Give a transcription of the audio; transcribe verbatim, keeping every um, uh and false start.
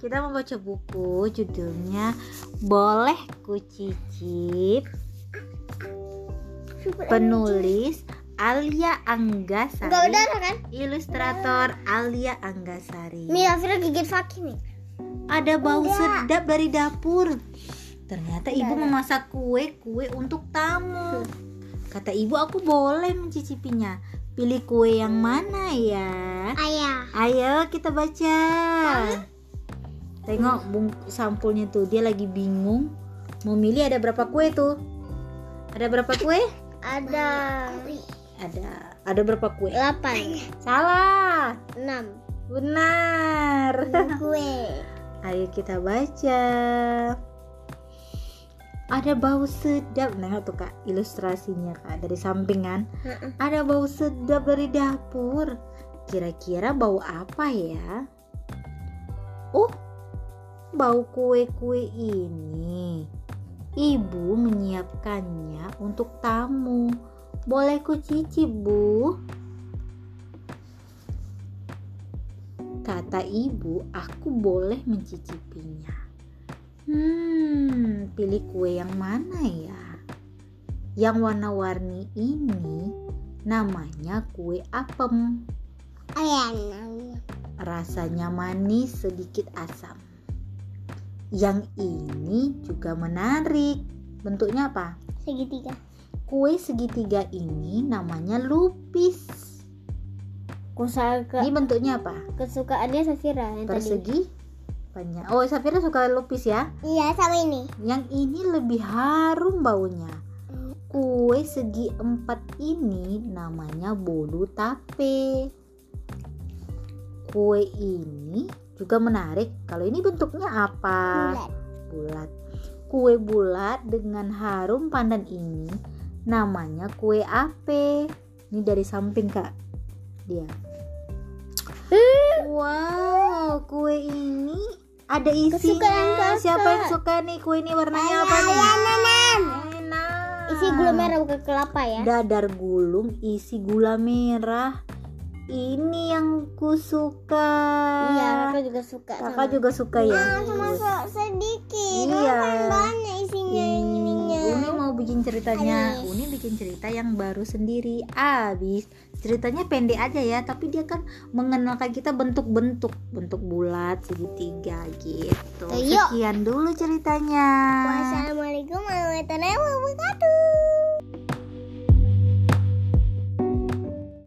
kita mau baca buku judulnya Boleh Ku Cicip, penulis Alia Anggasari. Enggak udah kan? Ilustrator Alia Anggasari. Mira, Mira gigit Fakih nih. Ada bau Udah. sedap dari dapur. Ternyata ibu memasak kue-kue untuk tamu. Kata ibu, aku boleh mencicipinya. Pilih kue yang mana ya? Ayah. Ayo kita baca. Tengok bung sampulnya tuh, dia lagi bingung mau milih. Ada berapa kue tuh? Ada berapa kue? Ada Ada. Ada berapa kue? delapan. Salah. enam. Benar. Kue. Ayo kita baca. Ada bau sedap. Nah tuh Kak, ilustrasinya Kak dari samping kan. Ada bau sedap dari dapur. Kira-kira bau apa ya? Oh, bau kue-kue ini. Ibu menyiapkannya untuk tamu. Boleh ku cicip, Bu? Kata ibu, aku boleh mencicipinya. Hmm, pilih kue yang mana ya? Yang warna-warni ini namanya kue apem. Ayah. Rasanya manis, sedikit asam. Yang ini juga menarik. Bentuknya apa? Segitiga. Kue segitiga ini namanya lupis. Kusaga. Ini bentuknya apa? Kesukaannya Safira yang Persegi, panjang. Oh, Safira suka lupis ya? tadi. Iya, sama ini. Yang ini lebih harum baunya. Kue segi empat ini namanya bolu tape. Kue ini juga menarik. Kalau ini bentuknya apa? Bulat. Bulat. Kue bulat dengan harum pandan ini namanya kue ape. Ini dari samping Kak. Dia. Wow, kue ini ada isinya. Kesukaan Kakak. Siapa yang suka nih kue ini? Warnanya apa nih? Enak. Isi gula merah bukan kelapa ya. Dadar gulung isi gula merah. Ini yang ku suka. Iya, kakak juga suka. Kakak juga suka ya. Cuma sedikit. Iya. Banyak isinya ininya. Uni mau bikin ceritanya. Uni bikin cerita yang baru sendiri. Abis ceritanya pendek aja ya, tapi dia kan mengenalkan kita bentuk-bentuk, bentuk bulat, segitiga gitu. Yuk. Sekian dulu ceritanya. Wassalamualaikum warahmatullahi wabarakatuh.